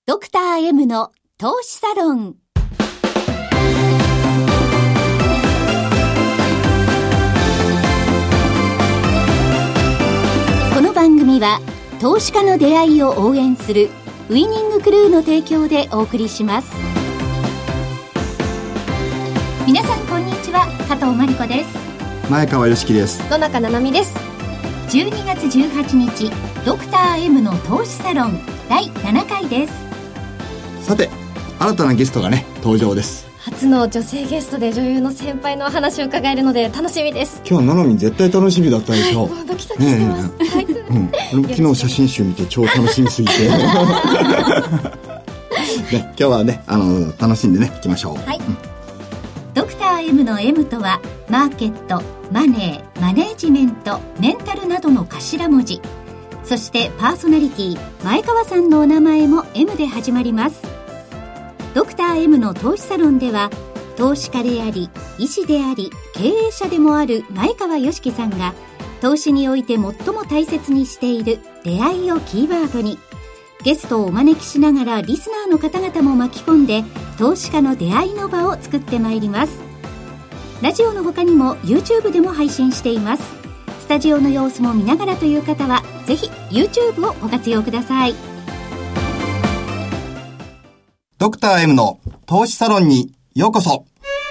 ドクター M の投資サロン。この番組は投資家の出会いを応援するウイニングクルーの提供でお送りします。皆さんこんにちは、加藤真理子です。 前川良樹です。 野中七海です。 12月18日ドクター M の投資サロン第7回です。 さて、新たなゲストがね登場です。 初の女性ゲストで女優の先輩のお話を伺えるので楽しみです。 今日なのに絶対楽しみだったでしょ。 もうドキドキしてます、 昨日写真集見て超楽しみすぎてね、今日はね楽しんでねいきましょう。 はい、ドクター M の M とはマーケット、マネー、マネージメント、メンタルなどの頭文字。そしてパーソナリティ前川さんのお名前も M で始まります。ドクター M の投資サロンでは投資家であり医師であり経営者でもある前川良樹さんが投資において最も大切にしている出会いをキーワードにゲストをお招きしながらリスナーの方々も巻き込んで投資家の出会いの場を作ってまいります。ラジオの他にも YouTube でも配信しています。スタジオの様子も見ながらという方はぜひ YouTube をご活用ください。 ドクター M の投資サロンにようこそ。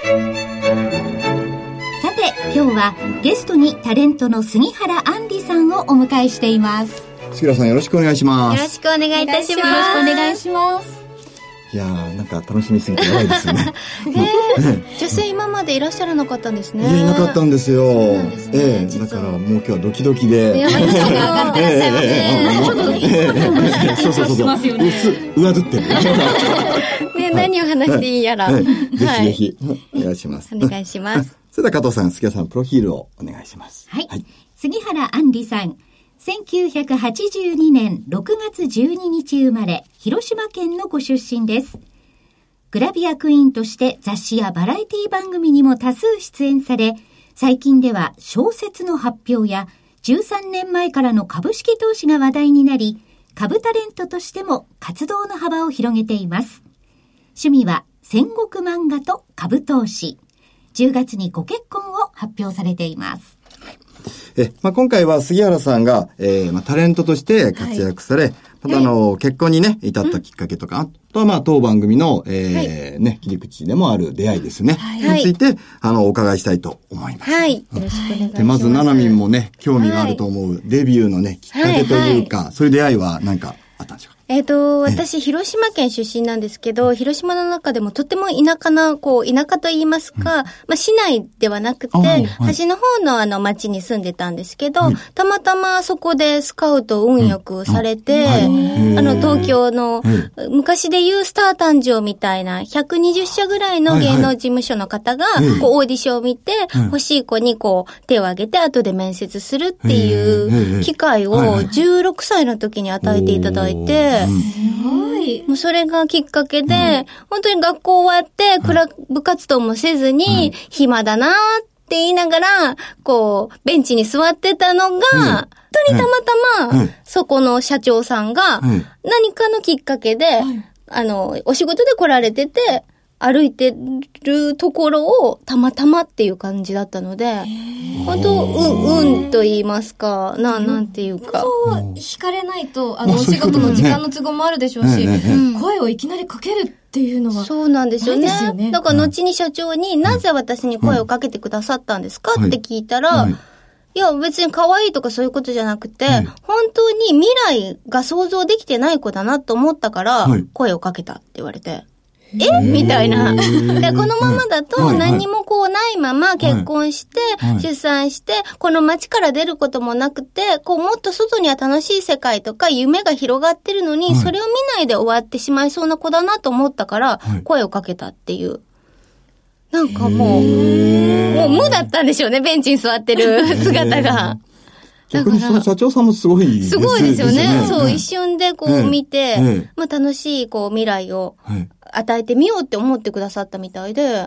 さて今日はゲストにタレントの杉原杏里さんをお迎えしています。 杉原さんよろしくお願いします。 よろしくお願いいたします。 よろしくお願いします。 いやーなんか楽しみすぎて長いですよね。 女性今までいらっしゃらなかったんですね。 いなかったんですよ。 そうなんですね、 だからもう今日はドキドキで。 いや、私が上がってらっしゃいますね。ちょっとドキッとそう上ずってる。 ね、何を話していいやら。 ぜひぜひお願いします。 お願いします。 それでは加藤さん、杉原さんプロフィールをお願いします。 はい。杉原杏里さん。1982年6月12日生まれ、広島県のご出身です。グラビアクイーンとして雑誌やバラエティ番組にも多数出演され、最近では小説の発表や13年前からの株式投資が話題になり、株タレントとしても活動の幅を広げています。趣味は戦国漫画と株投資。10月にご結婚を発表されています。 今回は杉原さんが、タレントとして活躍され、また結婚にね、至ったきっかけとか、あとは当番組の、切り口でもある出会いですね。について、お伺いしたいと思います。 はい。よろしくお願いします。 で、まず、ななみんもね、興味があると思う、デビューのね、きっかけというか、そういう出会いは何かあったんでしょうか？ 私、広島県出身なんですけど、広島の中でもとっても田舎な、田舎と言いますか、市内ではなくて、端の方の町に住んでたんですけど、たまたまそこでスカウト運よくされて、東京の、昔で言うスター誕生みたいな、120社ぐらいの芸能事務所の方が、オーディションを見て、欲しい子に手を挙げて、後で面接するっていう機会を、16歳の時に与えていただいて、 すごい。 もうそれがきっかけで、本当に学校終わって、クラブ活動もせずに、暇だなって言いながら、ベンチに座ってたのが、本当にたまたま、そこの社長さんが、何かのきっかけで、お仕事で来られてて、歩いてるところをたまたまっていう感じだったので、本当運と言いますか、なんていうか。 そう惹かれないと、お仕事の時間の都合もあるでしょうし、声をいきなりかけるっていうのは。 そうなんですよね。だから後に社長になぜ私に声をかけてくださったんですかって聞いたら、いや別に可愛いとかそういうことじゃなくて、本当に未来が想像できてない子だなと思ったから声をかけたって言われて。みたいな。で、このままだと何にもないまま結婚して、出産して、この街から出ることもなくて、もっと外には楽しい世界とか夢が広がってるのに、それを見ないで終わってしまいそうな子だなと思ったから、声をかけたっていう。なんかもう無だったんでしょうね、ベンチに座ってる姿が。 逆にその社長さんもすごいですね。 すごいですよね。そう、一瞬で見て、楽しい未来を与えてみようって思ってくださったみたいで。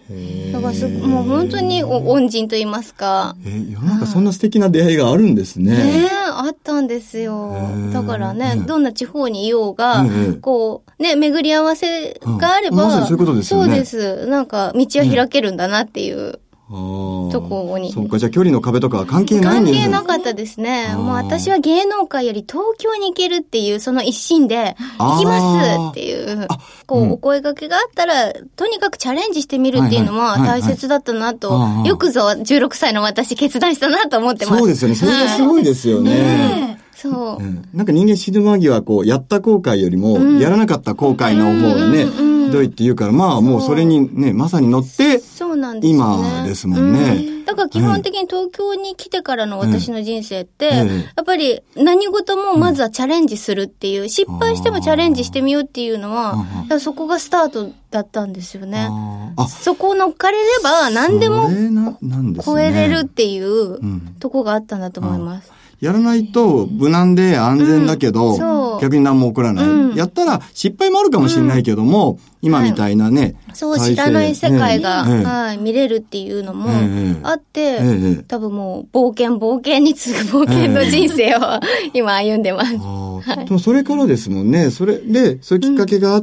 だからもう本当に恩人と言いますか。 世の中そんな素敵な出会いがあるんですね。 あったんですよ。だからね、どんな地方にいようが、こう、ね、巡り合わせがあれば、 まさにそういうことですよね。 そうです。なんか、道は開けるんだなっていう。とこに。 そうか、じゃあ距離の壁とかは関係ないんですね。 関係なかったですね。もう私は芸能界より東京に行けるっていう、その一心で、行きますっていう、こう、お声掛けがあったら、とにかくチャレンジしてみるっていうのは大切だったなと、よくぞ16歳の私決断したなと思ってます。 そうですよね。それがすごいですよね。 そう。 なんか人間死ぬ間際、こう、やった後悔よりも、やらなかった後悔の方がね、ひどいって言うから、まあもうそれにね、まさに乗って、 そうなんですね。 今ですもんね。 だから基本的に東京に来てからの私の人生って、やっぱり何事もまずはチャレンジするっていう、失敗してもチャレンジしてみようっていうのは、そこがスタートだったんですよね。そこを乗っかれれば何でも超えれるっていうとこがあったんだと思います。 やらないと無難で安全だけど、逆に何も起こらない。やったら失敗もあるかもしれないけども、今みたいなね。 そう、知らない世界が、見れるっていうのもあって、多分もう冒険に次ぐ冒険の人生を今歩んでます。 でもそれからですもんね。それで、そういうきっかけがあって、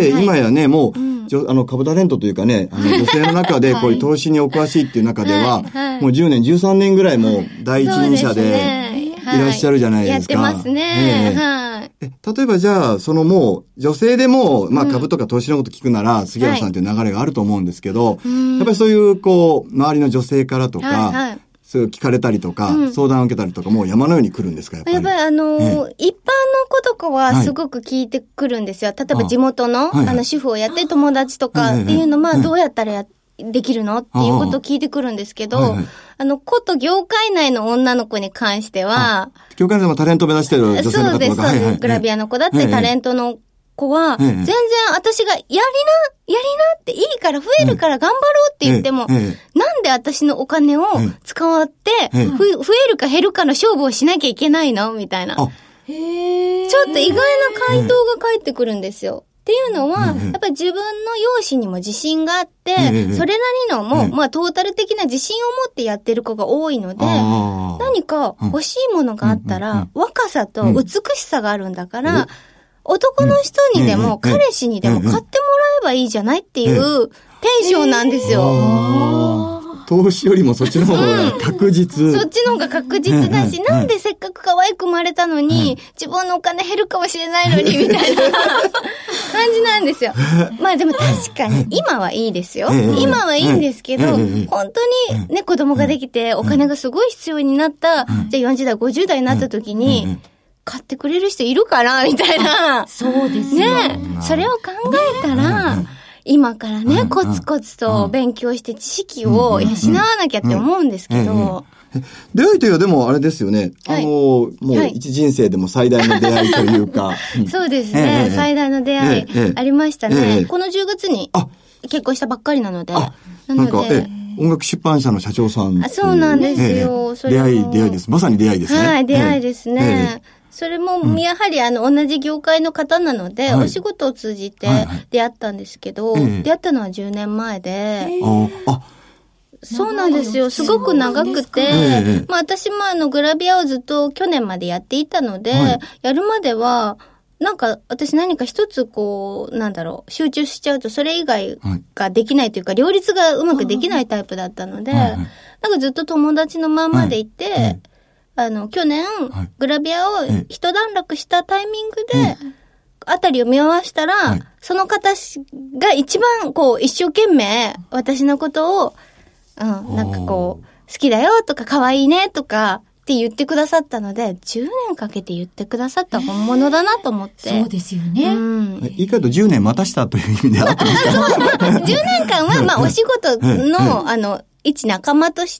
今やね、もう、株タレントというかね、女性の中でこういう投資にお詳しいっていう中では、もう10年、13年ぐらいも第一人者で、いらっしゃるじゃないですか。 やってますね。はい。 例えばじゃあ、もう、女性でも、まあ株とか投資のこと聞くなら、杉原さんっていう流れがあると思うんですけど、やっぱりそういう、こう、周りの女性からとか、そういう聞かれたりとか、相談を受けたりとか、もう山のように来るんですか、やっぱり。 一般の子とかはすごく聞いてくるんですよ。例えば地元の、主婦をやってる友達とかっていうのは、どうやったらできるのっていうことを聞いてくるんですけど、こと業界内の女の子に関しては、 業界内でもタレントを目指してる女性の方とか、 そうです、そうです。グラビアの子だってタレントの子は、全然私がやりなっていいから増えるから頑張ろうって言っても、なんで私のお金を使って、増えるか減るかの勝負をしなきゃいけないのみたいな。ちょっと意外な回答が返ってくるんですよ。っていうのは、やっぱり自分の容姿にも自信があって、それなりのもう、まあトータル的な自信を持ってやってる子が多いので、何か欲しいものがあったら、若さと美しさがあるんだから、男の人にでも彼氏にでも買ってもらえばいいじゃないっていうテンションなんですよ。 投資よりもそっちの方が確実。 そっちの方が確実だし、なんでせっかく可愛く生まれたのに、自分のお金減るかもしれないのに、みたいな感じなんですよ。まあでも確かに、今はいいですよ。今はいいんですけど、本当にね、子供ができてお金がすごい必要になった、じゃあ40代、50代になった時に、買ってくれる人いるかなみたいな。 そうですよ。 ね。それを考えたら、今からね、コツコツと勉強して知識を養わなきゃって思うんですけど。 出会いというのはでもあれですよね。もう一人生でも最大の出会いというか。 そうですね。最大の出会いありましたね。この10月に結婚したばっかりなので。 なんか、音楽出版社の社長さん。 そうなんですよ。 出会いです。まさに出会いですね。 はい、出会いですね。それも、やはり同じ業界の方なので、お仕事を通じて出会ったんですけど、出会ったのは10年前で、そうなんですよ。すごく長くて、まあ私もグラビアをずっと去年までやっていたので、やるまでは、なんか私何か一つこう、集中しちゃうとそれ以外ができないというか、両立がうまくできないタイプだったので、なんかずっと友達のままでいて、去年、グラビアを一段落したタイミングで、あたりを見回したら、その方が一番こう、一生懸命、私のことを、なんかこう、好きだよとか、可愛いねとか、って言ってくださったので、10年かけて言ってくださった本物だなと思って。 そうですよね。 言い換えると10年待たしたという意味であってますか 10年間は、まあ、お仕事の、一仲間として、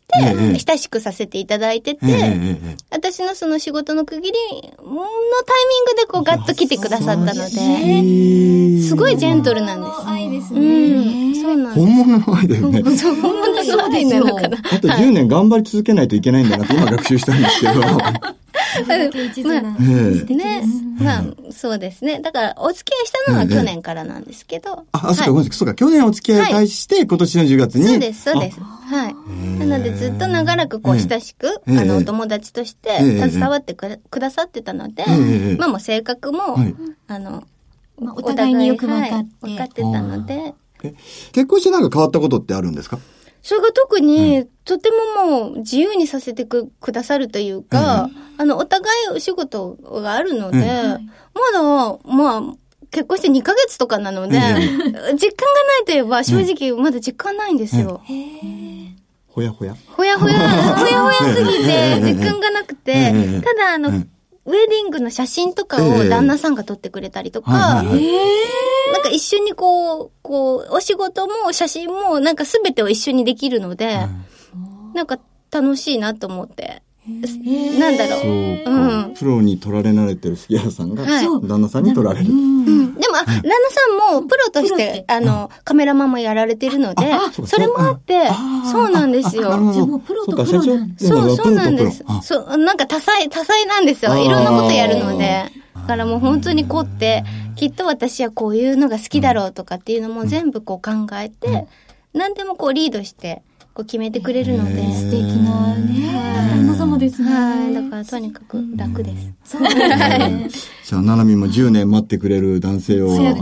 親しくさせていただいてて、私のその仕事の区切りのタイミングでこうガッと来てくださったので、すごいジェントルなんです。 愛ですね。 そうなんです。 本物の愛だよね。 そう、本物の愛なのかな。 あと10年頑張り続けないといけないんだなって今学習したんですけど。 まあ、そうですね。だから、お付き合いしたのは去年からなんですけど。 そうか、去年お付き合い開始して、今年の10月に。 そうです。はい。なので、ずっと長らく親しく、お友達として携わってくださってたので、まあもう性格も、 お互いによく分かってたので。 結婚してなんか変わったことってあるんですか？ それが特に、とてももう自由にさせてくださるというか、お互いお仕事があるので、まだ、結婚して2ヶ月とかなので、実感がないといえば正直まだ実感ないんですよ。 ほやほやすぎて実感がなくて、ただウェディングの写真とかを旦那さんが撮ってくれたりとか、なんか一緒にお仕事も写真もなんか全てを一緒にできるので、なんか楽しいなと思って。なんだろう。 プロに撮られ慣れてる杉原さんが、旦那さんに撮られる。でも、 旦那さんもプロとして、カメラマンもやられてるので、それもあって、そうなんですよ。 じゃあもうプロとプロなんです。 そうなんです。なんか多彩なんですよ。いろんなことやるので。だからもう本当に凝って、きっと私はこういうのが好きだろうとかっていうのも全部考えて、何でもリードして、決めてくれるので。 素敵な旦那様ですね。 はい。だからとにかく楽です。 そうですね。 じゃあ、ななみも10年待ってくれる男性を探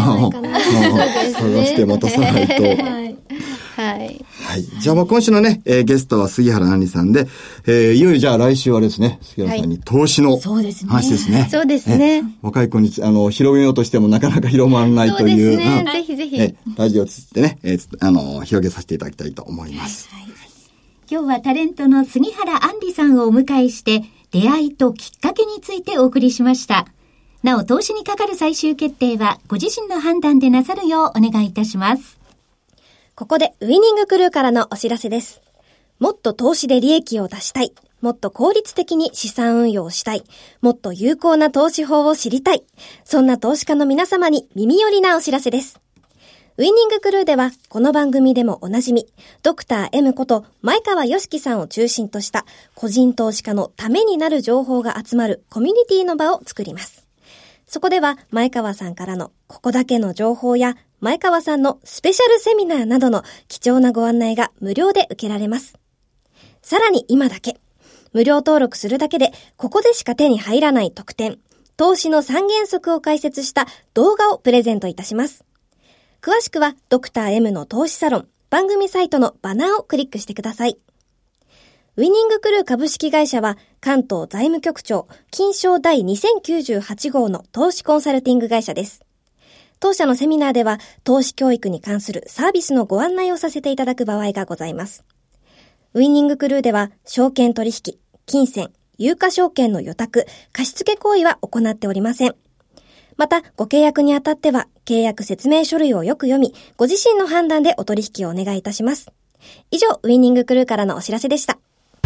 して待たさないと。 はい。 じゃあ、今週のね、ゲストは杉原杏里さんで、いよいよじゃあ来週はですね、杉原さんに投資の話ですね。 そうですね。 若い子に、広げようとしてもなかなか広まらないという。 そうですね。ぜひぜひ。 ラジオをつってね、広げさせていただきたいと思います。 今日はタレントの杉原杏里さんをお迎えして、出会いときっかけについてお送りしました。なお、投資にかかる最終決定は、ご自身の判断でなさるようお願いいたします。 ここでウィニングクルーからのお知らせです。もっと投資で利益を出したい。もっと効率的に資産運用をしたい。もっと有効な投資法を知りたい。そんな投資家の皆様に耳寄りなお知らせです。ウィニングクルーでは、この番組でもおなじみ、ドクター M こと前川良樹さんを中心とした個人投資家のためになる情報が集まるコミュニティの場を作ります。そこでは前川さんからのここだけの情報や前川さんのスペシャルセミナーなどの貴重なご案内が無料で受けられます。さらに今だけ、無料登録するだけでここでしか手に入らない特典、投資の3原則を解説した動画をプレゼントいたします。詳しくはドクター M の投資サロン番組サイトのバナーをクリックしてください。ウィニングクルー株式会社は関東財務局長金賞第2098号の投資コンサルティング会社です。当社のセミナーでは投資教育に関するサービスのご案内をさせていただく場合がございます。ウィニングクルーでは証券取引、金銭、有価証券の予託、貸付行為は行っておりません。また、ご契約にあたっては契約説明書類をよく読み、ご自身の判断でお取引をお願いいたします。以上、ウィニングクルーからのお知らせでした。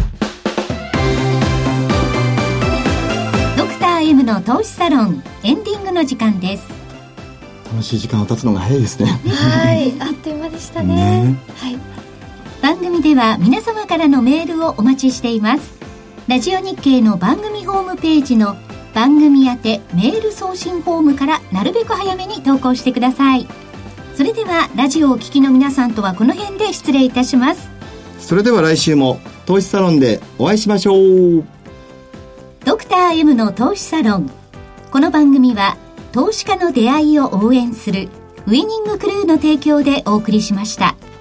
ドクター M の投資サロンエンディングの時間です。 楽しい時間を経つのが早いですね。 はい、あっという間でしたね。はい。 番組では皆様からのメールをお待ちしています。ラジオ日経の番組ホームページの番組宛てメール送信フォームからなるべく早めに投稿してください。それではラジオをお聞きの皆さんとはこの辺で失礼いたします。 それでは来週も投資サロンでお会いしましょう。 ドクター M の投資サロン。この番組は投資家の出会いを応援するウィニングクルーの提供でお送りしました。